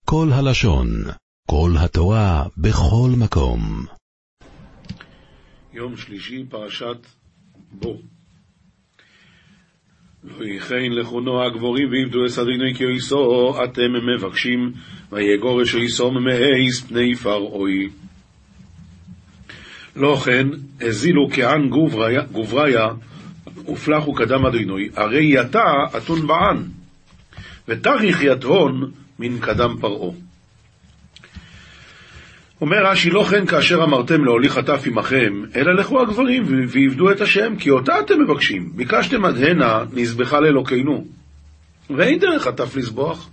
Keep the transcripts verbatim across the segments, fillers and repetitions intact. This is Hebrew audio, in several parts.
כל הלשון, כל התורה, בכל מקום. יום שלישי, פרשת בו. ויכן לכונו הגבורים ועבדו את אדוני כי יסו אתם מבקשים, ויגורש יסו מאיס פני פרעוי. לא כן, הזילו כען גובריה, גובריה ופלחו קדם אדוני, הרי יתה אתון בען, ותריך יתבון מן קדם פרעו. אומר רש"י, לא כן כאשר אמרתם להוליך חטף עמכם, אלא לכו הגברים ועבדו את השם, כי אותה אתם מבקשים. ביקשתם עד הנה נזבחה לאלוקינו, ואין דרך חטף לסבוח.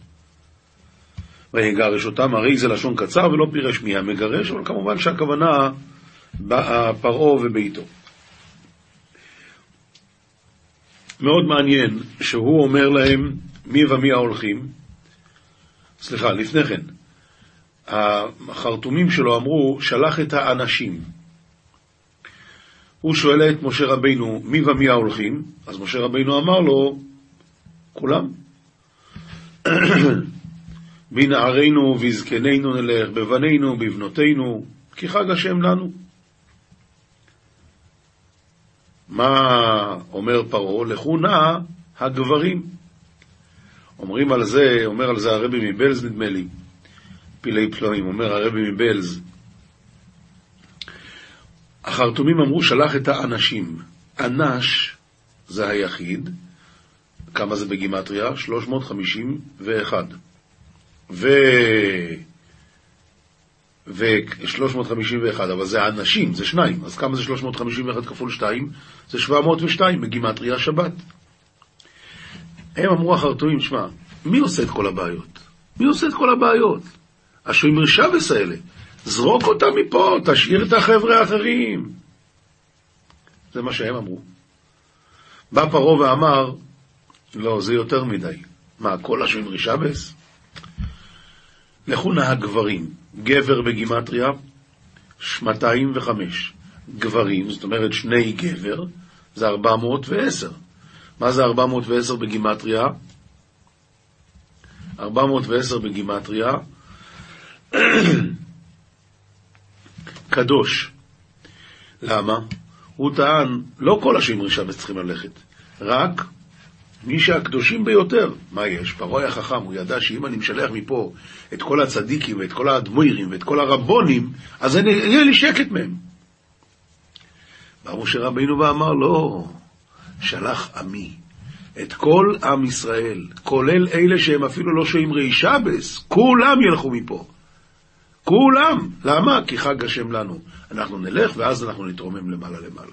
ויגרש אותם, הרי זה לשון קצר ולא פירש מי המגרש, אבל כמובן שהכוונה פרעו וביתו. מאוד מעניין שהוא אומר להם מי ומי ההולכים. סליחה, לפני כן החרטומים שלו אמרו שלח את האנשים. הוא שואל את משה רבינו מי ומי ההולכים, אז משה רבינו אמר לו כולם. בנערינו וזקנינו נלך, בבנינו בבנותינו, כי חג השם לנו. מה אומר פרעה? לכו נא הגברים. אומרים על זה, אומר על זה הרבי מבלז, נדמה לי פילי פלואים, אומר הרבי מבלז, החרטומים אמרו שלח את האנשים. אנש זה היחיד. כמה זה בגימטריה? שלוש מאות חמישים ואחת. ו... ו-שלוש מאות חמישים ואחת, אבל זה אנשים, זה שניים. אז כמה זה שלוש מאות חמישים ואחת כפול שתיים? זה שבע מאות ושתיים בגימטריה שבת. הם אמרו החרטומים, שמע, מי עושה את כל הבעיות? מי עושה את כל הבעיות? השומר שבס האלה, זרוק אותם מפה, תשאיר את החבר'ה האחרים. זה מה שהם אמרו. בא פרעה ואמר, לא, זה יותר מדי. מה, כל השומר שבס? לכו נא הגברים, גבר בגימטריה, מאתיים וחמש. גברים, זאת אומרת שני גבר, זה ארבע מאות ועשר. מה זה ארבע מאות ועשר בגימטריה? ארבע מאות ועשר בגימטריה, קדוש. למה? הוא טען, לא כל השומרי שבס צריכים ללכת, רק מי שהקדושים ביותר. מה יש? פרעה היה חכם, הוא ידע שאם אני משלח מפה את כל הצדיקים ואת כל האדמוירים ואת כל הרבונים, אז אני, יהיה לי שקט מהם. בא משה רבינו ואמר, לא, שלח עמי, את כל עם ישראל, כולל אלה שהם אפילו לא שומרי שבס, כולם ילכו מפה. כולם. למה? כי חג השם לנו. אנחנו נלך ואז אנחנו נתרומם למעלה למעלה.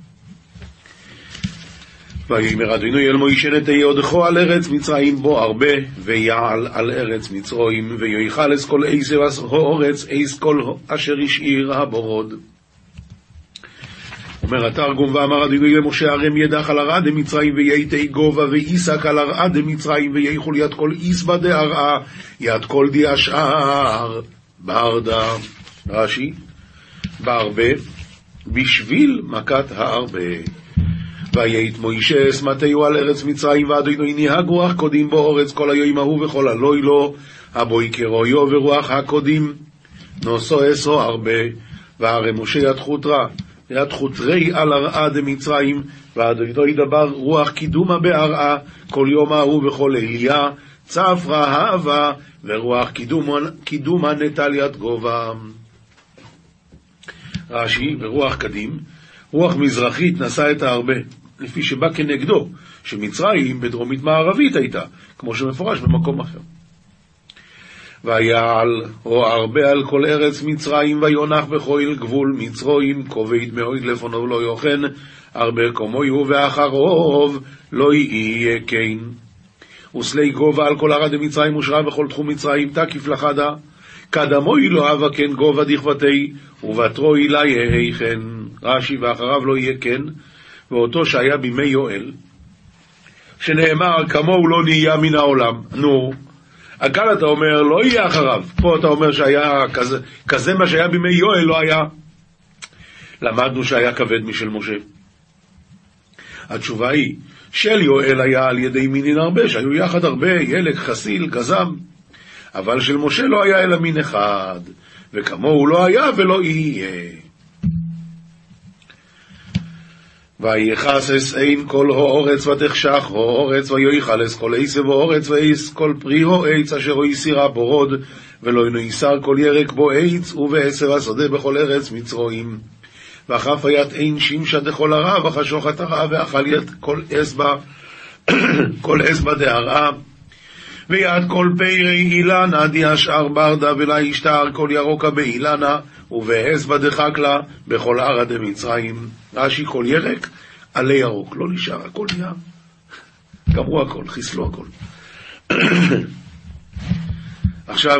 ויאמר אדוני אל מוישה נטיודכו על ארץ מצרים בו הרבה, ויעל על ארץ מצרים, ויאכל את כל עשב הארץ, עש כל אשר השאיר הבורוד. אומר התרגום, ואמר אדוני למשה הרם ידך על ארד מצרים וייתי גובה ואיסק על ארד מצרים וייכול יד כל איס בדי ארעה יד כל די השאר בארדה. רש"י, בהרבה בשביל מכת הרבה. ויית מוישה אסמתהו על ארץ מצרים ואדוני נהג רוח קודים באורץ כל היום ההוא וכל הלילה הבוי קרויו ורוח הקודים נוסו אסו הרבה. והרי משה יד חוטרה יד חוטרי על ארעה דמצרים ואדוני ידבר רוח קידומה בארעה כל יום ההוא וכל אליה צפרה האבה ורוח קידומה, קידומה נטל יד גובה. רש"י, ורוח קדים, רוח מזרחית נשא את הרבה, לפי שבא כנגדו, שמצרים בדרומית מערבית הייתה, כמו שמפורש במקום אחר. ויעל או הרבה על כל ארץ מצרים, ויונח בכל גבול מצרים, כובד מאוד לפונו לא יוכן, הרבה כמוהו ואחרוב לא יהיה כן. וסלי גובה על כל ארד מצרים ושרה בכל תחום מצרים, תקיף לחדה, קדמוי לא אבה כן גובה דכבתי, ובטרוי לה יהי כן. רש"י, ואחריו לא יהיה כן, ואותו שהיה בימי יואל, שנאמר כמוהו לא נהיה מן העולם. נו, כאן אתה אומר לא יהיה אחריו, פה אתה אומר שהיה כזה, כזה מה שהיה בימי יואל לא היה. למדנו שהיה כבד משל משה. התשובה היא של יואל היה על ידי מינין הרבה, שהיו יחד הרבה, ילק, חסיל, גזם. אבל של משה לא היה אלא מין אחד, וכמוהו לא היה ולא יהיה. ויחסס אין כל האורץ ותחשך האורץ, ויחלס כל עשב האורץ, ויס כל פרי העץ אשר לא יסירה בורוד, ולא ייסר כל ירק בו עץ, ובעשב השדה בכל ארץ מצרועים. ואחף היית אין שמשה דכל הרע, וחשוך את הרע, ואכל ית כל אסבה, כל אסבה דהרעה. ויד כל פירי אילנה די השאר ברדה, ולה ישתער כל ירוקה באילנה, ובאסבה דחקלה בכל ערה דמצרים. רש"י כל ירק עלי ירוק, לא נשאר, הכל נהיה, גמרו הכל, חיסלו הכל. עכשיו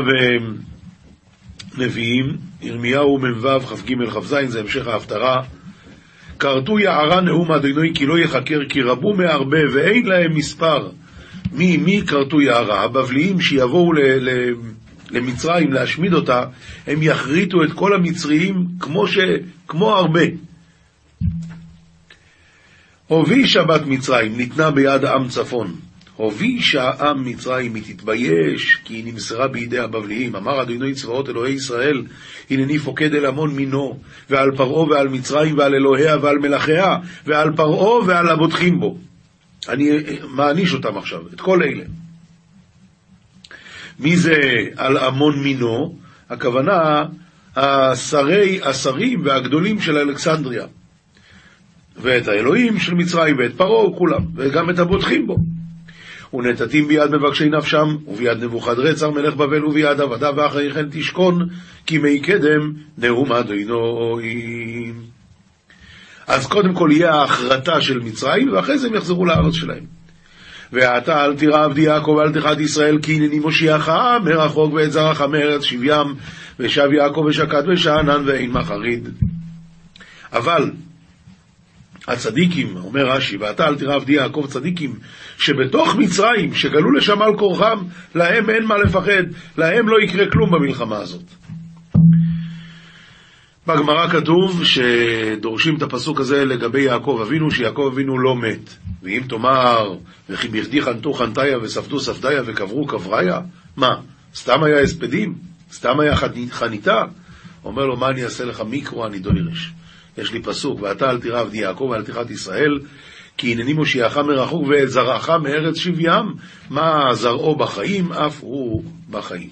נביאים, ירמיהו מ"ו כ"ג כ"ז, זה המשך ההפטרה. קרתו יערה נאום אדוני כי לא יחקר, כי רבו מהרבה ואין להם מספר. מי מי קרתו יערה? הבבליים שיבואו ל, ל, למצרים להשמיד אותה, הם יחריטו את כל המצריים כמו ש כמו הרבה. הובישה בת מצרים ניתנה ביד עם צפון. הובישה עם מצרים, היא תתבייש כי היא נמסרה בידי הבבליים. אמר אדוני צבאות אלוהי ישראל, הנני פוקד אל המון מינו, ועל פרעה ועל מצרים ועל אלוהיה ועל מלאכיה, ועל פרעה ועל הבוטחים בו. אני מעניש אותם עכשיו, את כל אלה. מי זה על המון מינו? הכוונה השרי, השרים והגדולים של אלכסנדריה, ואת האלוהים של מצרים, ואת פרעה כולם, וגם את הבוטחים בו. ונתתים ביד מבקשי נפשם, וביד נבוכדרצר מלך בבל, וביד עבדה, ואחרי כן תשכון, כי מי קדם נאום אדוני. אז קודם כל יהיה ההחרטה של מצרים, ואחרי זה הם יחזרו לארץ שלהם. ואתה אל תירא עבדי יעקב אל תחת ישראל, כי הנני מושיעך מרחוק ואת זרעך מארץ שבים, ושב יעקב ושקד ושאנן ואין מחריד. אבל הצדיקים, אומר רש"י, ואתה אל תירא עבדי יעקב, צדיקים שבתוך מצרים, שגלו לשם על כורחם, להם אין מה לפחד, להם לא יקרה כלום במלחמה הזאת. בגמרא כתוב שדורשים את הפסוק הזה לגבי יעקב אבינו, שיעקב אבינו לא מת. ואם תאמר, וכי בכדי חנתו חנתיה וספדו ספדיה וקברו קבריה, מה? סתם היה הספדים? סתם היה חניתה? אומר לו, מה אני אעשה לך מיקרו אני דוירש? יש לי פסוק, ואתה אל תירא עבדי יעקב אל תחת ישראל, כי הנני מושיעך מרחוק ואת זרעך מארץ שבים. מה זרעו בחיים? אף הוא בחיים.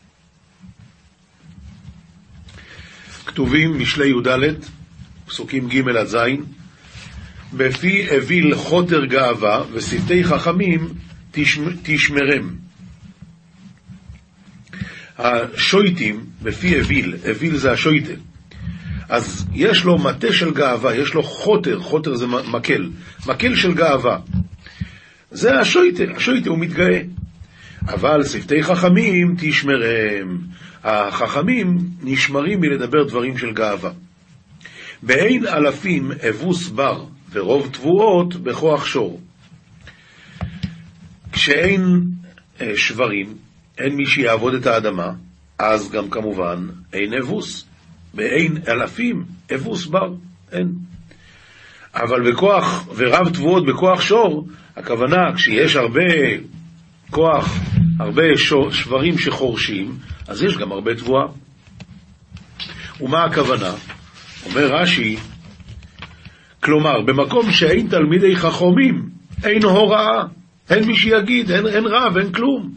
כתובים משלי י"ד, פסוקים ג' עד ז', בפי אביל חוטר גאווה ושפתי חכמים תשמרם. השויטים בפי אביל, אביל זה השויטה, אז יש לו מטה של גאווה, יש לו חוטר, חוטר זה מקל, מקל של גאווה, זה השויטה, השויטה הוא מתגאה. אבל שפתי חכמים תשמרם, החכמים נשמרים מלדבר דברים של גאווה. באין אלפים אבוס בר ורוב תבואות בכוח שור. כשאין אה, שברים, אין מי שיעבוד את האדמה, אז גם כמובן אין אבוס. באין אלפים אבוס בר, אין. אבל בכוח ורב תבואות בכוח שור, הכוונה כשיש הרבה כוח, הרבה שור, שברים שחורשים, אז יש גם הרבה תבואה. ומה הכוונה? אומר רש"י, כלומר, במקום שאין תלמידי חכמים, אין הוראה, אין מי שיגיד, אין, אין רב, אין כלום.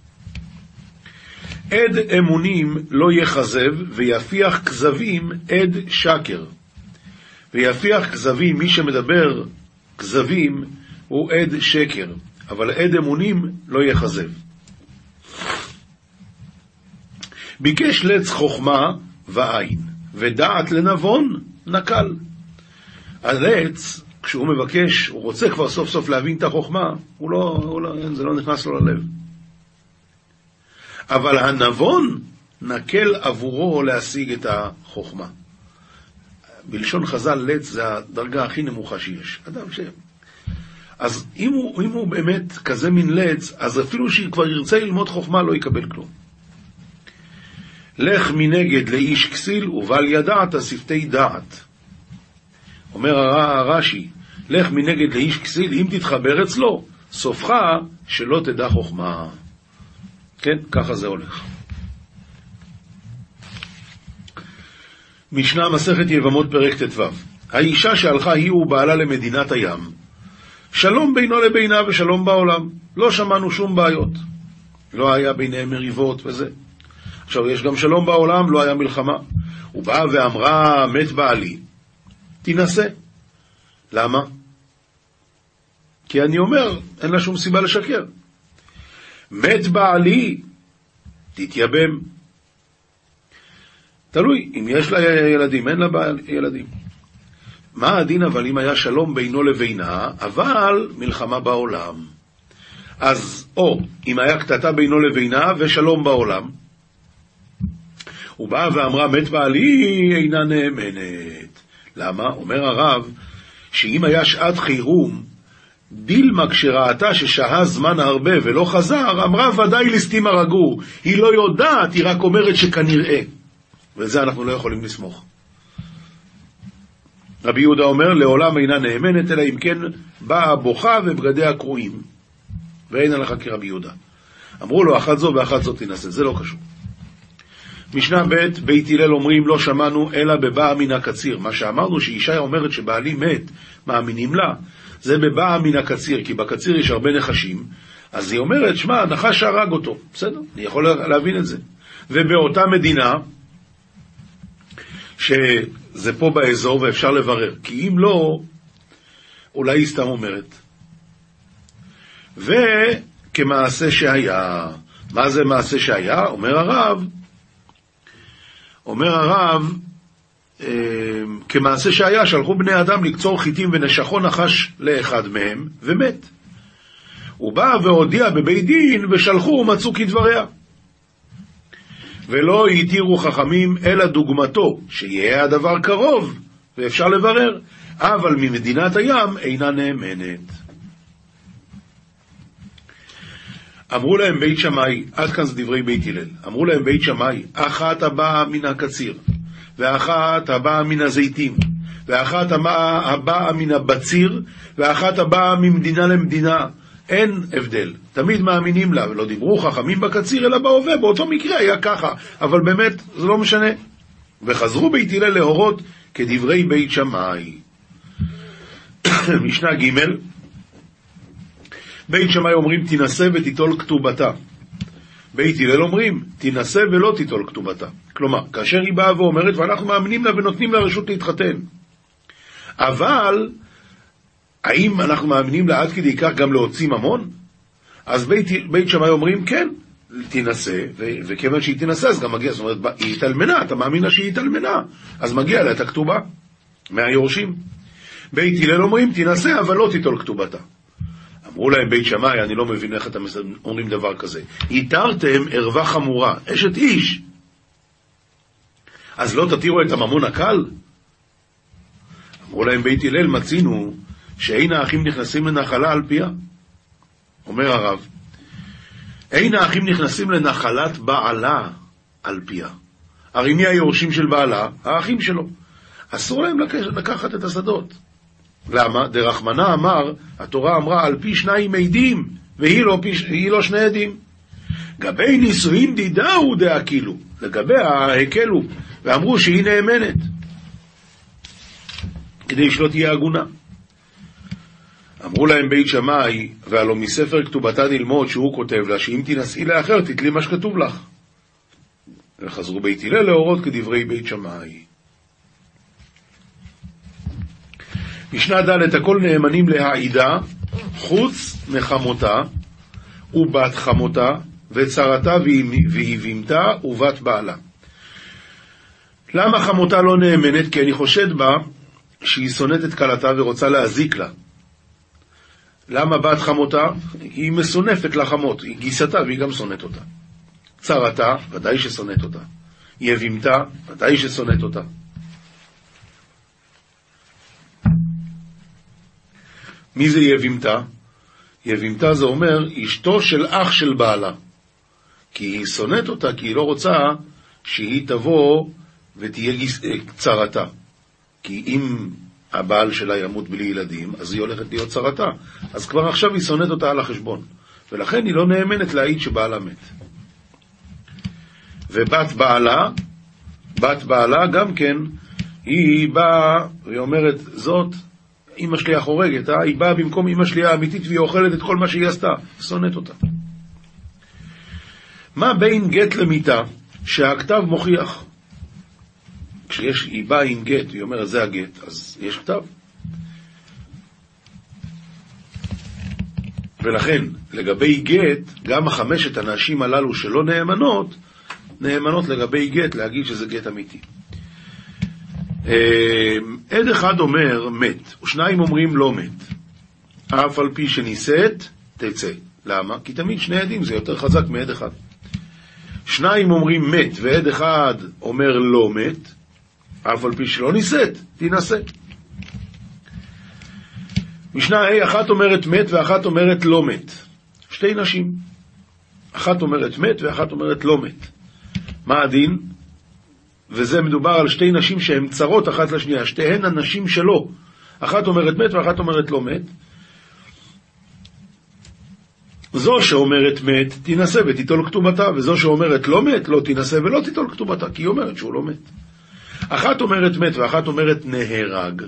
עד אמונים לא יחזב, ויפיח כזבים עד שקר. ויפיח כזבים, מי שמדבר כזבים, הוא עד שקר, אבל עד אמונים לא יחזב. ביקש לץ חוכמה ועין, ודעת לנבון נקל. הלץ, כשהוא מבקש, הוא רוצה כבר סוף סוף להבין את החוכמה, הוא לא, הוא לא, זה לא נכנס לו ללב. אבל הנבון נקל עבורו להשיג את החוכמה. בלשון חז"ל, לץ זה הדרגה הכי נמוכה שיש. אדם ש... אז אם הוא, אם הוא באמת כזה מין לץ, אז אפילו שכבר ירצה ללמוד חוכמה לא יקבל כלום. לך מנגד לאיש כסיל ובל ידעת שפתי דעת. אומר הרש"י, לך מנגד לאיש כסיל, אם תתחבר אצלו, סופך שלא תדע חוכמה. כן, ככה זה הולך. משנה מסכת יבמות פרק ט"ו. האישה שהלכה היא ובעלה למדינת הים, שלום בינו לבינה ושלום בעולם, לא שמענו שום בעיות, לא היה ביניהם מריבות וזה. עכשיו יש גם שלום בעולם, לא היה מלחמה. הוא בא ואמרה, מת בעלי, תנסה. למה? כי אני אומר, אין לה שום סיבה לשקר. מת בעלי, תתייבם. תלוי, אם יש לה ילדים, אין לה ילדים. מה הדין אבל אם היה שלום בינו לבינה, אבל מלחמה בעולם? אז או, אם היה קטטה בינו לבינה ושלום בעולם, הוא בא ואמרה, מת בעלי אינה נאמנת. למה? אומר הרב, שאם היה שעת חירום, דילמה כשראתה ששהה זמן הרבה ולא חזר, אמרה ודאי לסתים הרגור. היא לא יודעת, היא רק אומרת שכנראה. וזה אנחנו לא יכולים לסמוך. רבי יהודה אומר, לעולם אינה נאמנת, אלא אם כן באה בוכה ובגדיה קרועים. ואין עליך כרבי יהודה. אמרו לו, אחת זו ואחת זו תנסה, זה לא קשור. משנה ב' בית הלל אומרים, לא שמענו אלא בבאה מן הקציר. מה שאמרנו שאישה אומרת שבעלי מת, מאמינים לה, זה בבאה מן הקציר, כי בקציר יש הרבה נחשים, אז היא אומרת, שמה, נחש הרג אותו. בסדר, אני יכול להבין את זה. ובאותה מדינה, שזה פה באזור ואפשר לברר, כי אם לא, אולי היא סתם אומרת. וכמעשה שהיה, מה זה מעשה שהיה? אומר הרב, אומר הרב, אה, כמעשה שהיה, שלחו בני אדם לקצור חיטים ונשכו נחש לאחד מהם, ומת. הוא בא והודיע בבית דין, ושלחו ומצאו כדבריה. ולא יתירו חכמים אלא דוגמתו, שיהיה הדבר קרוב, ואפשר לברר, אבל ממדינת הים אינה נאמנת. אמרו להם בית שמאי, עד כאן זה דברי בית הלל, אמרו להם בית שמאי, אחת הבאה מן הקציר, ואחת הבאה מן הזיתים, ואחת הבאה מן הבציר, ואחת הבאה ממדינה למדינה. אין הבדל, תמיד מאמינים לה, ולא דיברו חכמים בקציר אלא בהווה, באותו מקרה היה ככה, אבל באמת זה לא משנה. וחזרו בית הלל להורות כדברי בית שמאי. משנה ג' בית שמאי אומרים תנסה ותיטול כתובתה, בית הלל אומרים תנסה ולא תיטול כתובתה. כלומר, כאשר היא באה ואומרת ואנחנו מאמינים לה ונותנים לה רשות להתחתן, אבל האם אנחנו מאמינים לה עד כדי כך גם להוציא ממון? אז בית, בית שמאי אומרים כן, תנסה, ו- וכיוון שהיא תנסה אז גם מגיע, זאת אומרת היא התאלמנה, אתה מאמין לה שהיא התאלמנה, אז מגיע לה את הכתובה מהיורשים. בית הלל אומרים תנסה אבל לא תיטול כתובתה. אמרו להם בית שמאי, אני לא מבין איך אתם אומרים דבר כזה, התרתם ערווה חמורה, אשת איש, אז לא תתירו את הממון הקל? אמרו להם בית הלל, מצינו שאין האחים נכנסים לנחלה על פיה. אומר הרב, אין האחים נכנסים לנחלת בעלה על פיה. הרי מי היורשים של בעלה? האחים שלו. אסור להם לקחת את השדות. למה? דרחמנה אמר, התורה אמרה על פי שניים עדים, והיא לא, פי, לא שני עדים. גבי נישואין דידאו דאקילו, לגבי ההקלו, ואמרו שהיא נאמנת, כדי שלא תהיה הגונה. אמרו להם בית שמאי, והלא מספר כתובתה נלמוד שהוא כותב לה, שאם תנסי לאחר תתלי מה שכתוב לך. וחזרו בית הלל להורות כדברי בית שמאי. משנה ד' הכל נאמנים להעידה, חוץ מחמותה, ובת חמותה, וצרתה והיבימתה, ובת בעלה. למה חמותה לא נאמנת? כי אני חושד בה שהיא שונאת את קלתה ורוצה להזיק לה. למה בת חמותה? היא מסונפת לחמות, היא גיסתה והיא גם שונאת אותה. צרתה, ודאי ששונאת אותה. יבימתה, ודאי ששונאת אותה. מי זה יבימתה? יבימתה זה אומר אשתו של אח של בעלה, כי היא שונאת אותה, כי היא לא רוצה שהיא תבוא ותהיה צרתה, כי אם הבעל שלה ימות בלי ילדים אז היא הולכת להיות צרתה, אז כבר עכשיו היא שונאת אותה על החשבון, ולכן היא לא נאמנת להעיד שבעלה מת. ובת בעלה, בת בעלה גם כן, היא באה, והיא אומרת, זאת, אמא שלי החורגת, אה? היא באה במקום אמא שלי האמיתית, והיא אוכלת את כל מה שהיא עשתה, שונאת אותה. מה בין גט למיתה שהכתב מוכיח? כשיש, היא באה עם גט, היא אומרת, זה הגט, אז יש כתב. ולכן, לגבי גט, גם החמשת הנשים הללו שלא נאמנות, נאמנות לגבי גט, להגיד שזה גט אמיתי. עד אחד אומר מת, ושניים אומרים לא מת. אף על פי שניסית, תצא. למה? כי תמיד שני עדים זה יותר חזק מעד אחד. שניים אומרים מת, ועד אחד אומר לא מת, אף על פי שלא ניסית, תנסה. משנה A, אחת אומרת מת ואחת אומרת לא מת. שתי נשים. אחת אומרת מת ואחת אומרת לא מת. מה הדין? וזה מדובר על שתי נשים שהן צרות אחת לשנייה, שתיהן הנשים שלו. אחת אומרת מת ואחת אומרת לא מת. זו שאומרת מת תנסה ותיטול כתובתה, וזו שאומרת לא מת לא תנסה ולא תיטול כתובתה, כי היא אומרת שהוא לא מת. אחת אומרת מת ואחת אומרת נהרג.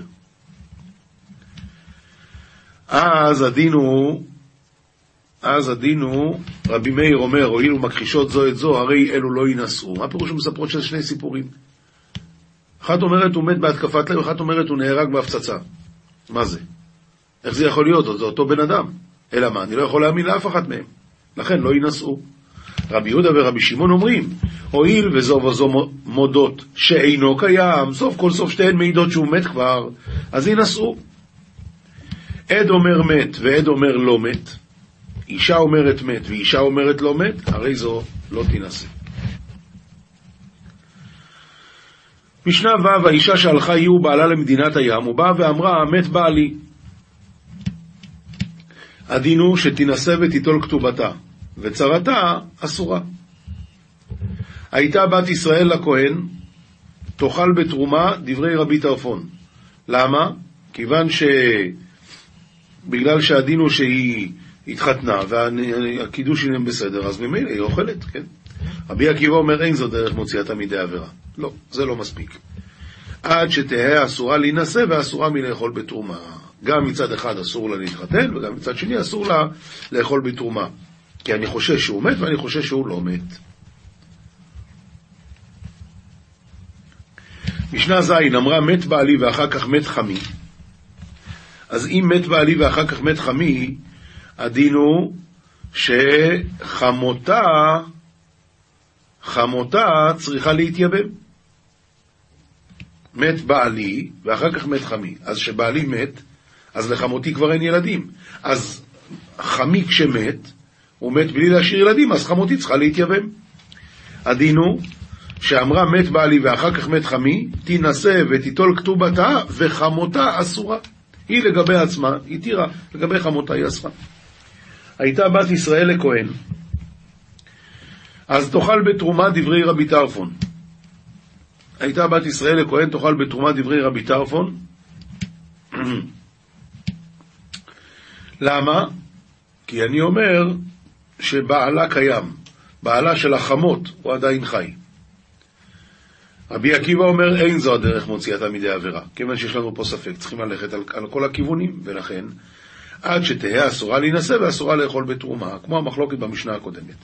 אז הדין הוא, אז הדין הוא, רבי מאיר אומר, הואילו מכחישות זו את זו, הרי אלו לא ינסעו. מה פירוש מספרות של שני סיפורים? אחת אומרת הוא מת בהתקפת לב, אחת אומרת הוא נהרג בהפצצה. מה זה? איך זה יכול להיות? זה אותו בן אדם. אלא מה? אני לא יכול להאמין לאף אחת מהם. לכן לא ינסעו. רבי יהודה ורבי שמעון אומרים, הואיל וזו וזו מודות שאינו קיים, סוף כל סוף שתיהן מעידות שהוא מת כבר, אז ינסעו. עד אומר מת ועד אומר לא מת, אישה אומרת מת ואישה אומרת לא מת, הרי זו לא תנסה. משנה ו', האישה שהלכה היא ובעלה למדינת הים, ובאה ואמרה מת בעלי. הדין הוא שתנסה ותיטול כתובתה, וצרתה אסורה. הייתה בת ישראל לכהן, תאכל בתרומה דברי רבי טרפון. למה? כיוון ש... בגלל שהדין הוא שהיא התחתנה והקידוש שלהם בסדר, אז ממילא היא אוכלת, כן? רבי עקיבא אומר אין זו דרך מוציאתה מידי עבירה. לא, זה לא מספיק. עד שתהיה אסורה להינשא ואסורה מלאכול בתרומה. גם מצד אחד אסור לה להתחתן וגם מצד שני אסור לה לאכול בתרומה. כי אני חושש שהוא מת ואני חושש שהוא לא מת. משנה זין אמרה מת בעלי ואחר כך מת חמי. אז אם מת בעלי ואחר כך מת חמי, הדין הוא שחמותה, חמותה צריכה להתייבם. מת בעלי ואחר כך מת חמי. אז שבעלי מת, אז לחמותי כבר אין ילדים. אז חמי כשמת, הוא מת בלי להשאיר ילדים, אז חמותי צריכה להתייבם. הדין הוא שאמרה מת בעלי ואחר כך מת חמי, תנסה ותיטול כתובתה וחמותה אסורה. היא לגבי עצמה, היא תירה, לגבי חמותה היא אסרה. הייתה בת ישראל לכהן, אז תאכל בתרומה דברי רבי טרפון. הייתה בת ישראל לכהן, תאכל בתרומה דברי רבי טרפון. למה? כי אני אומר שבעלה קיים, בעלה של החמות הוא עדיין חי. רבי עקיבא אומר אין זו הדרך מוציאתה מידי עבירה, כיוון שיש לנו פה ספק, צריכים ללכת על, על כל הכיוונים, ולכן עד שתהיה אסורה להינשא ואסורה לאכול בתרומה, כמו המחלוקת במשנה הקודמת.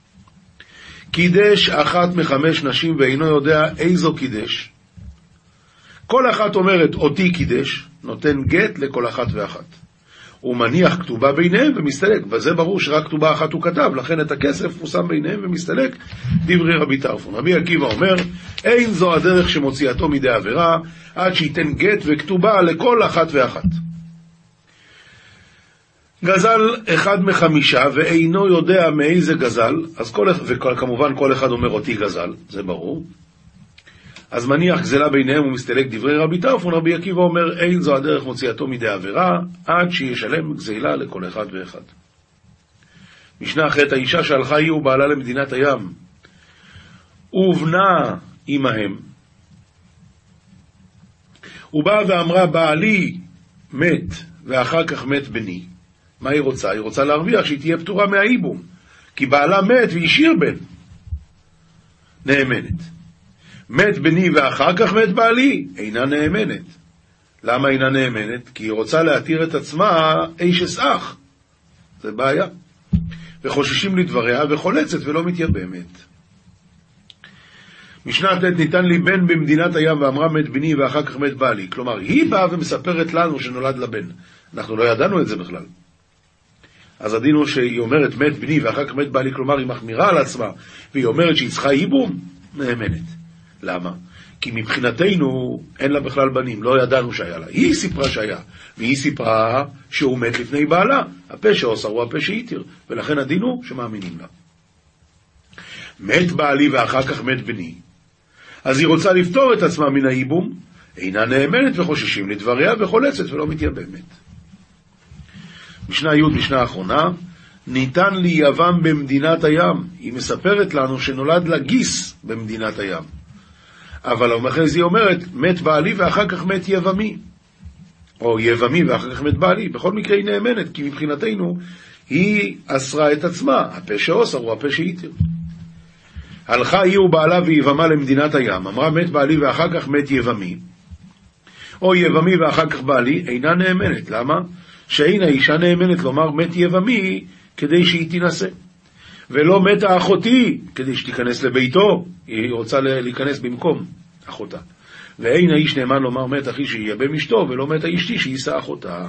קידש אחת מחמש נשים ואינו יודע איזו קידש. כל אחת אומרת אותי קידש, נותן גט לכל אחת ואחת. הוא מניח כתובה ביניהם ומסתלק, וזה ברור שרק כתובה אחת הוא כתב, לכן את הכסף הוא שם ביניהם ומסתלק, דברי רבי טרפון. רבי עקיבא אומר, אין זו הדרך שמוציאתו מידי עבירה, עד שייתן גט וכתובה לכל אחת ואחת. גזל אחד מחמישה ואינו יודע מאיזה גזל, אז כל, וכמובן כל אחד אומר אותי גזל, זה ברור. אז מניח גזלה ביניהם ומסתלק, דברי רבי טרפון. רבי עקיבא אומר אין זו הדרך מוציאתו מידי עבירה, עד שישלם גזלה לכל אחד ואחד. משנה אחרת, האישה שהלכה היא ובעלה למדינת הים, ובנה עמהם, ובאה ואמרה בעלי מת ואחר כך מת בני. מה היא רוצה? היא רוצה להרוויח שהיא תהיה פטורה מהאיבום, כי בעלה מת והשאיר בן. נאמנת. מת בני ואחר כך מת בעלי, אינה נאמנת. למה אינה נאמנת? כי היא רוצה להתיר את עצמה איש אח. זה בעיה. וחוששים לדבריה וחולצת ולא מתייבמת. משנה ט' ניתן לי בן במדינת הים ואמרה מת בני ואחר כך מת בעלי. כלומר, היא באה ומספרת לנו שנולד לבן. אנחנו לא ידענו את זה בכלל. אז הדין הוא שהיא אומרת מת בני ואחר כך מת בעלי, כלומר היא מחמירה על עצמה, והיא אומרת שהיא צריכה ייבום, נאמנת. למה? כי מבחינתנו אין לה בכלל בנים, לא ידענו שהיה לה. היא סיפרה שהיה, והיא סיפרה שהוא מת לפני בעלה. הפה שעושה הוא הפה שהתיר, ולכן הדין הוא שמאמינים לה. מת בעלי ואחר כך מת בני. אז היא רוצה לפתור את עצמה מן הייבום, אינה נאמנת וחוששים לדבריה וחולצת ולא מתייבמת. משנה י' משנה האחרונה, ניתן לי יבם במדינת הים. היא מספרת לנו שנולד לה גיס במדינת הים. אבל אחרי זה היא אומרת, מת בעלי ואחר כך מת יבמי. או יבמי ואחר כך מת בעלי. בכל מקרה היא נאמנת, כי מבחינתנו היא אסרה את עצמה. הפה שעושה הוא הפה שהתיר. הלכה היא ובעלה ויבמה למדינת הים. אמרה מת בעלי ואחר כך מת יבמי. או יבמי ואחר כך בעלי, אינה נאמנת. למה? שאין האישה נאמנת לומר מת יבמי כדי שהיא תנסה. ולא מתה אחותי כדי שתיכנס לביתו. היא רוצה להיכנס במקום אחותה. ואין האיש נאמן לומר מת אחי שיייבם אשתו, ולא מתה אשתי שיישא אחותה.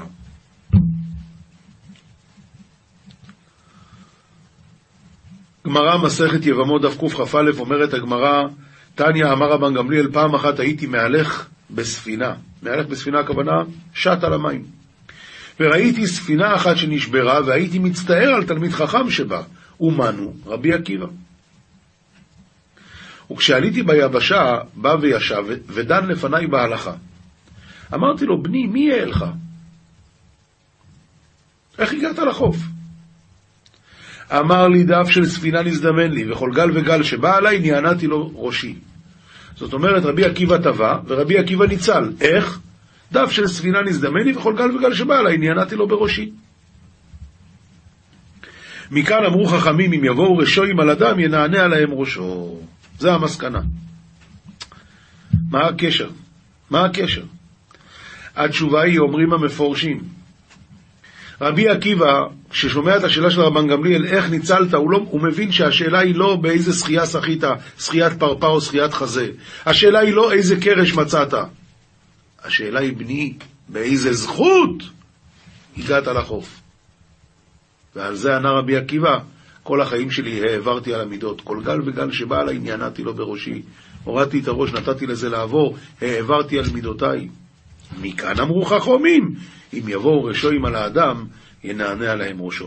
גמרא מסכת יבמות דף קכ"א אומרת הגמרא, תניא אמר רבן גמליאל, פעם אחת הייתי מהלך בספינה. מהלך בספינה הכוונה שט על המים. וראיתי ספינה אחת שנשברה, והייתי מצטער על תלמיד חכם שבה, אומנו, רבי עקיבא. וכשעליתי ביבשה, בא וישב, ודן לפניי בהלכה. אמרתי לו, בני, מי יהיה לך? איך הגעת לחוף? אמר לי, דף של ספינה נזדמן לי, וכל גל וגל שבא עליי, נענעתי לו ראשי. זאת אומרת, רבי עקיבא טבע, ורבי עקיבא ניצל. איך? דף של ספינה נזדמן לי, וכל גל וגל שבא עליי, נענעתי לו בראשי. מכאן אמרו חכמים, אם יבואו רשועים על אדם, ינענע עליהם ראשו. זה המסקנה. מה הקשר? מה הקשר? התשובה היא, אומרים המפורשים. רבי עקיבא, כששומע את השאלה של רבן גמליאל, איך ניצלת, הוא, לא, הוא מבין שהשאלה היא לא באיזה שחייה שחית, שחיית פרפר או שחיית חזה. השאלה היא לא איזה קרש מצאת. השאלה היא, בני, באיזה זכות הגעת לחוף. ועל זה ענה רבי עקיבא, כל החיים שלי העברתי על המידות. כל גל וגל שבא עליי נענעתי לו בראשי. הורדתי את הראש, נתתי לזה לעבור, העברתי על מידותיי. מכאן אמרו חכמים, אם יבואו רשועים על האדם, ינענע עליהם ראשו.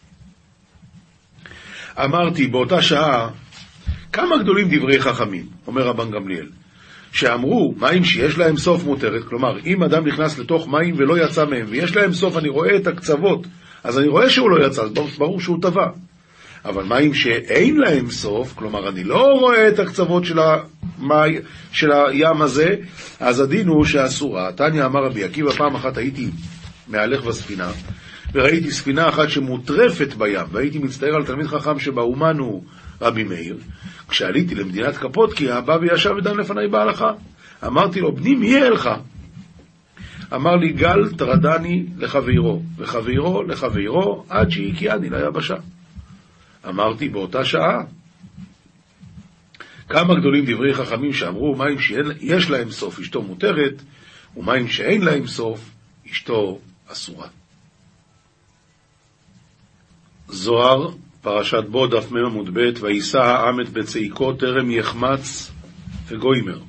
אמרתי באותה שעה, כמה גדולים דברי חכמים, אומר רבן גמליאל, שאמרו מים שיש להם סוף מותרת, כלומר, אם אדם נכנס לתוך מים ולא יצא מהם, ויש להם סוף, אני רואה את הקצוות, אז אני רואה שהוא לא יצא, אז ברור שהוא טבע. אבל מים שאין להם סוף, כלומר אני לא רואה את הקצוות של, המי, של הים הזה, אז הדין הוא שאסורה. תניא אמר רבי עקיבא, פעם אחת הייתי מהלך בספינה, וראיתי ספינה אחת שמוטרפת בים, והייתי מצטער על תלמיד חכם שבאומן הוא רבי מאיר. כשעליתי למדינת קפודקיה, בא וישב ודן לפניי בהלכה. אמרתי לו, בני, מי יהיה לך? אמר לי, גל טרדני לחברו, וחברו לחברו, עד שהקיאני ליבשה. אמרתי באותה שעה, כמה גדולים דברי חכמים שאמרו, מים שיש להם סוף אשתו מותרת, ומים שאין להם סוף אשתו אסורה. זוהר, פרשת בו, דף מ' עמוד ב', וישא העם את בצעיקו טרם יחמץ וגוימר.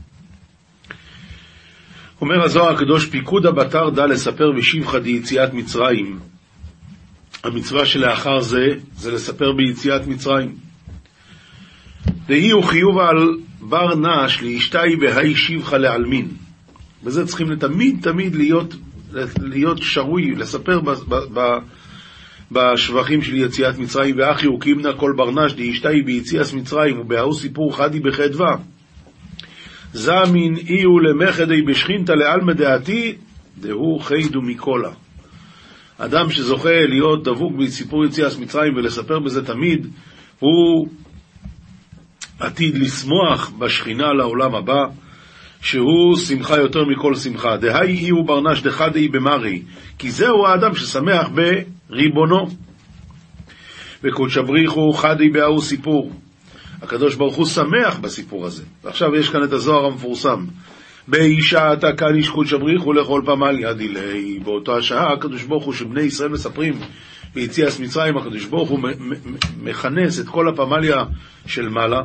אומר הזוהר הקדוש, פיקוד הבתר דע לספר בשבחה דיציאת מצרים. המצווה שלאחר זה, זה לספר ביציאת מצרים. דהי הוא חיוב על בר נש לאשתאי בהי שבחה לעלמין. בזה צריכים תמיד תמיד להיות, להיות שרוי, לספר ב, ב, ב, בשבחים של יציאת מצרים. ואחי הוא קימנה כל בר נש דאשתאי ביציאת מצרים, ובהאו סיפור חדי בחדווה. זמין איהו למחדי בשכינתה לעלמא דעתי, דהו חיידו מקולה. אדם שזוכה להיות דבוק בסיפור יציאת מצרים ולספר בזה תמיד, הוא עתיד לשמוח בשכינה לעולם הבא, שהוא שמחה יותר מכל שמחה. דהי אי הוא ברנש דחדי במרי, כי זהו האדם ששמח בריבונו. וקודש הבריחו חדי באהו סיפור. הקדוש ברוך הוא שמח בסיפור הזה. ועכשיו יש כאן את הזוהר המפורסם. באישה אתה כאן איש קודש הבריחו לכל פעם על יד אילי. באותה השעה הקדוש ברוך הוא שבני ישראל מספרים ביציאת מצרים, הקדוש ברוך הוא מכנס את כל הפמליה של מעלה.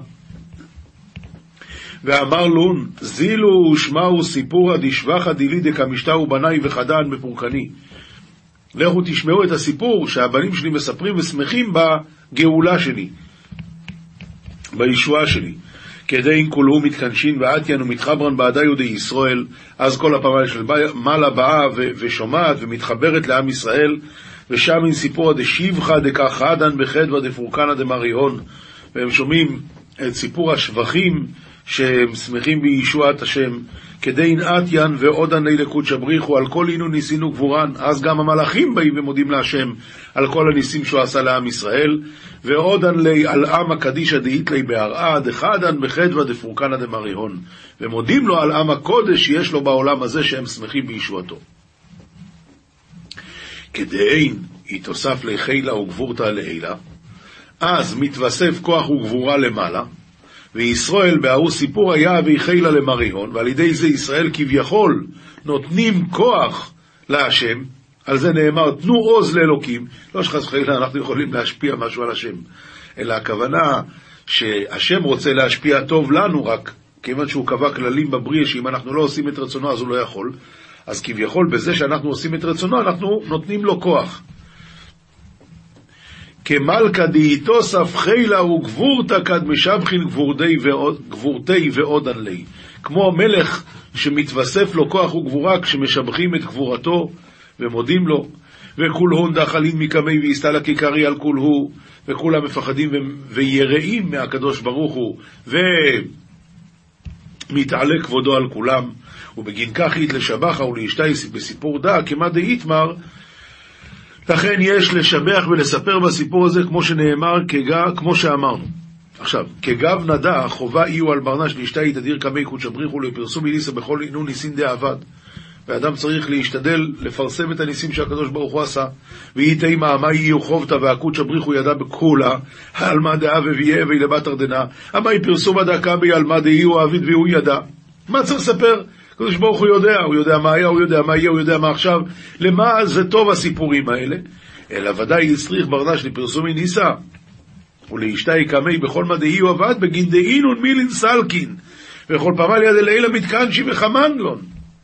ואמר לון, זילו ושמעו סיפורא דשבחא דילי דקמשתהו בניי וחדן בפורקני. לכו תשמעו את הסיפור שהבנים שלי מספרים ושמחים בגאולה שלי, בישועה שלי. כדי אם כולו מתכנשין ועתיין ומתחברן בעדי יהודי ישראל, אז כל הפמליה של מעלה באה ושומעת ומתחברת לעם ישראל, ושם אין סיפורא דשבחא דקחדן בחדווה דפורקנא דמריהון, והם שומעים את סיפור השבחים שהם שמחים בישועת השם. כדי עתיין ועודן לי לקודש הבריחו על כל אינו ניסינו גבורן, אז גם המלאכים באים ומודים להשם על כל הניסים שהוא עשה לעם ישראל. ועודן לי על עם הקדישא דאית לי בהרעה דחדן בחדווה דפורקנא דמריהון, ומודים לו על עם הקודש שיש לו בעולם הזה שהם שמחים בישועתו. כדאין יתוסף לחילה וגבורתא לעילה, אז מתווסף כוח וגבורה למעלה, וישראל בהוא סיפור היה ויחילה למריהון, ועל ידי זה ישראל כביכול נותנים כוח להשם. על זה נאמר תנו עוז לאלוקים. לא שחס וחלילה אנחנו יכולים להשפיע משהו על השם, אלא הכוונה שהשם רוצה להשפיע טוב לנו, רק כיוון שהוא קבע כללים בבריאה שאם אנחנו לא עושים את רצונו אז הוא לא יכול, אז כביכול בזה שאנחנו עושים את רצונו אנחנו נותנים לו כוח. כמלכה דאיתוסף חילה וגבורתא כד משבחין גבורתי ועודן לי. כמו מלך שמתווסף לו כוח וגבורה כשמשבחים את גבורתו ומודים לו. וכולהון דחלין מקמי ויסתלה כקרי על כולהו, וכולם מפחדים ויראים מהקדוש ברוך הוא ומתעלה כבודו על כולם. ובגין כך אית לשבחה ולהשתי בסיפור דא כמה דאיתמר. לכן יש לשבח ולספר בסיפור הזה כמו שנאמר, כגע, כמו שאמרנו. עכשיו, כגב נדע, חובה איו על ברנש להשתאי תדיר כמי קודש הבריחו לפרסום מניסה בכל עינון ניסין דה עבד. ואדם צריך להשתדל לפרסם את הניסים שהקדוש ברוך הוא עשה. ואיתי מאמי איו חובתה והקודש הבריחו ידע בכולה, על מה דעה וויה ולבת ארדנה, אמי פרסום הדקה בי על מה דאיו העביד והוא ידע. מה צריך לספר? הקדוש ברוך הוא יודע, הוא יודע מה היה, הוא יודע מה יהיה, הוא יודע מה עכשיו. למה זה טוב הסיפורים האלה? אלא ודאי יצריך ברנש לפרסומי ניסה ולהשתאי קמי בכל מה דאי הוא עבד בגין דאינון מילין סלקין וכל פמליה דלילה מתקנשי וחמנלון.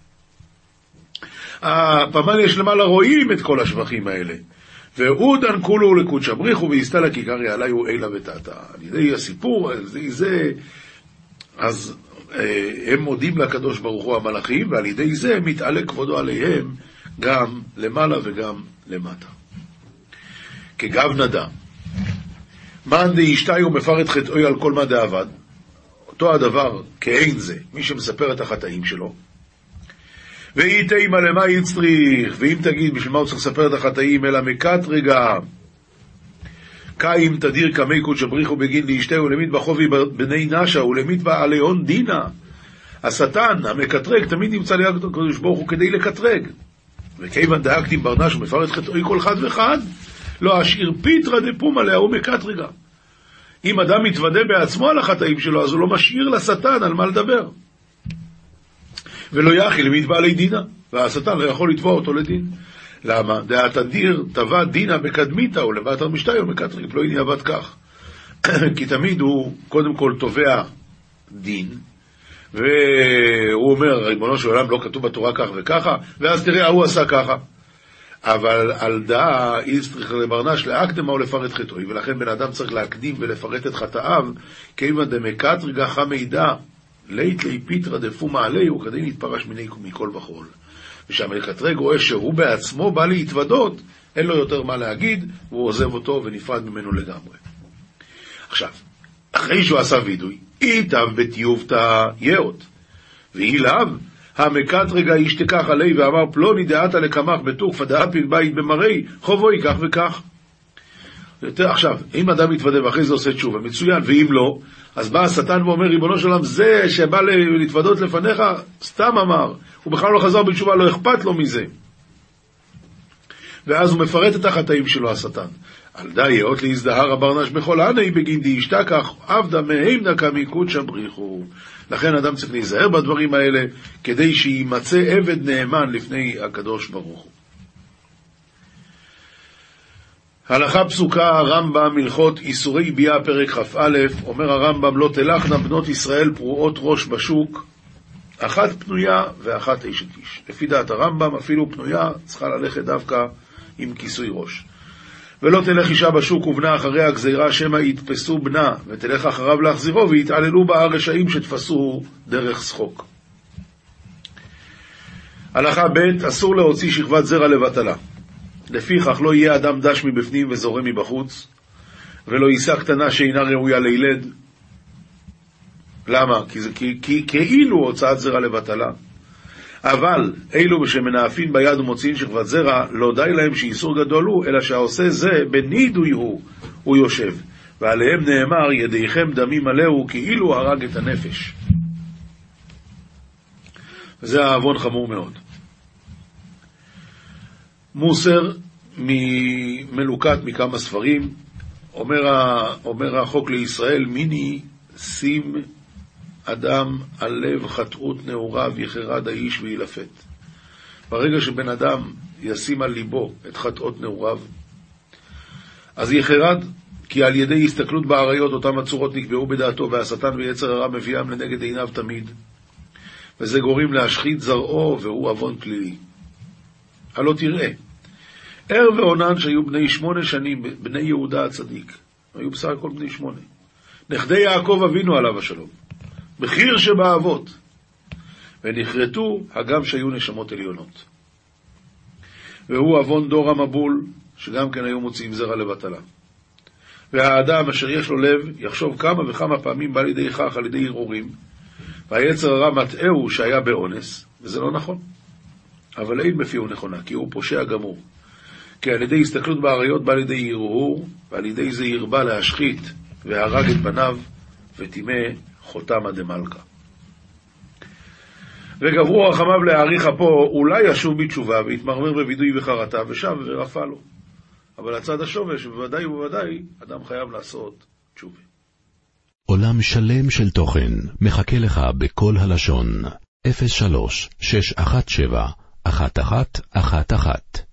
הפמליה שלמעלה רואים את כל השבחים האלה. ועודן כולו לקודש הבריחו והסתלה כיכרי עליו אילה ותתה. על ידי הסיפור הזה, זה, אז הם מודים לקדוש ברוך הוא המלאכים, ועל ידי זה מתעלה כבודו עליהם גם למעלה וגם למטה. כגב נדע מאן דאשתאי ומפרט חטאוי על כל מה דעבד, אותו הדבר כאין זה מי שמספר את החטאים שלו. ואיתי מה למה יצריך, ואם תגיד בשביל מה הוא צריך לספר את החטאים, אלא מקט רגע קיים תדיר כמי קודש הבריחו בגין לאשתהו ולמית בחובי בני נשה ולמית בעליון דינה. השטן המקטרג תמיד נמצא ליד הקדוש ברוך הוא כדי לקטרג. וכיוון דאקתים ברנש ומפרט חטאוי כל חד וחד לא אשאיר פיטרא דפום עליה הוא מקטרגה. אם אדם מתוודה בעצמו על החטאים שלו אז הוא לא משאיר לשטן על מה לדבר. ולא יחי למית בעלי דינה, והשטן לא יכול לתבוע אותו לדין. למה? דעת הדיר תבע דינה בקדמיתה או לבת הרמשתי או מקטריג, לא הנה עבד כך. כי תמיד הוא קודם כל תובע דין, והוא אומר, ריבונו של עולם לא כתוב בתורה כך וככה, ואז תראה, הוא עשה ככה. אבל על דעה יצטרך לברנש להקדמה או לפרט חטאוי, ולכן בן אדם צריך להקדים ולפרט את חטאיו, כיוון דמקטריגה חמידה, לית לי פיטרא דפומה עליהו, כדי נתפרש מיני מכל וכל. ושהמקטרג רואה שהוא בעצמו בא להתוודות, אין לו יותר מה להגיד, והוא עוזב אותו ונפרד ממנו לגמרי. עכשיו, אחרי שהוא עשה וידוי, איתיו בתיובתא יאות, ואיליו, המקטרג ישתכח עלי ואמר פלוני דעתה לקמח בתוך פדאפיל בית במראי, חובו ייקח וכך. יותר, עכשיו, אם אדם מתוודה ואחרי זה עושה תשובה, מצוין, ואם לא, אז בא השטן ואומר, ריבונו של עולם, זה שבא להתוודות לפניך, סתם אמר, הוא בכלל לא חזר בתשובה, לא אכפת לו מזה. ואז הוא מפרט את החטאים שלו, השטן. על די יאות להזדהר הברנש בכל עני בגין די ישתכח, עבדה מהם נקה מיקוד שבריחו. לכן אדם צריך להיזהר בדברים האלה, כדי שימצא עבד נאמן לפני הקדוש ברוך הוא. הלכה פסוקה, הרמב"ם, הלכות איסורי ביאה, פרק כ"א, אומר הרמב"ם, לא תלכנה בנות ישראל פרועות ראש בשוק, אחת פנויה ואחת אשת איש. לפי דעת הרמב"ם, אפילו פנויה צריכה ללכת דווקא עם כיסוי ראש. ולא תלך אישה בשוק ובנה אחרי הגזירה, שמא יתפסו בנה, ותלך אחריו להחזירו, ויתעללו בה הרשעים שתפסו דרך שחוק. הלכה ב', אסור להוציא שכבת זרע לבטלה. לפיכך לא יהיה אדם דש מבפנים וזורם מבחוץ, ולא יישא קטנה שאינה ראויה לילד. למה? כי זה כי, כי, כאילו הוצאת זרע לבטלה. אבל אילו שמנאפין ביד ומוציאים שכבת זרע, לא די להם שאיסור גדול הוא, אלא שהעושה זה בנידוי הוא, הוא יושב. ועליהם נאמר, ידיכם דמים עליהו, כאילו הרג את הנפש. וזה העוון חמור מאוד. מוסר מלוקט מכמה ספרים, אומר, אומר החוק לישראל, מיני שים אדם על לב חטאות נעוריו יחרד האיש וילפת. ברגע שבן אדם ישים על ליבו את חטאות נעוריו, אז יחרד, כי על ידי הסתכלות בעריות אותם הצורות נקבעו בדעתו, והשטן ויצר הרע מביאם לנגד עיניו תמיד, וזה גורם להשחית זרעו, והוא עוון פלילי. הלא תראה, ער ועונן שהיו בני שמונה שנים, בני יהודה הצדיק, היו בסך הכל בני שמונה, נכדי יעקב אבינו עליו השלום, בחיר שבאבות, ונחרטו הגם שהיו נשמות עליונות. והוא עוון דור המבול, שגם כן היו מוציאים זרע לבטלה. והאדם אשר יש לו לב, יחשוב כמה וכמה פעמים בא לידי כך על ידי ערעורים, והיצר הרע מטעהו שהיה באונס, וזה לא נכון. אבל אין בפיהו נכונה, כי הוא פושע גמור. כי על ידי הסתכלות בעריות בא לידי ערעור, ועל ידי זה ירבה להשחית, והרג את בניו, ותימה חותמה דמלכה. וגברו רחמיו להאריך אפו, אולי ישוב בתשובה, והתמרמר בווידוי וחרטה, ושב ורפא לו. אבל הצד השובש, בוודאי ובוודאי, אדם חייב לעשות תשובה. עולם שלם של תוכן מחכה לך בכל הלשון. אפס שלוש שש אחת שבע אחת אחת אחת אחת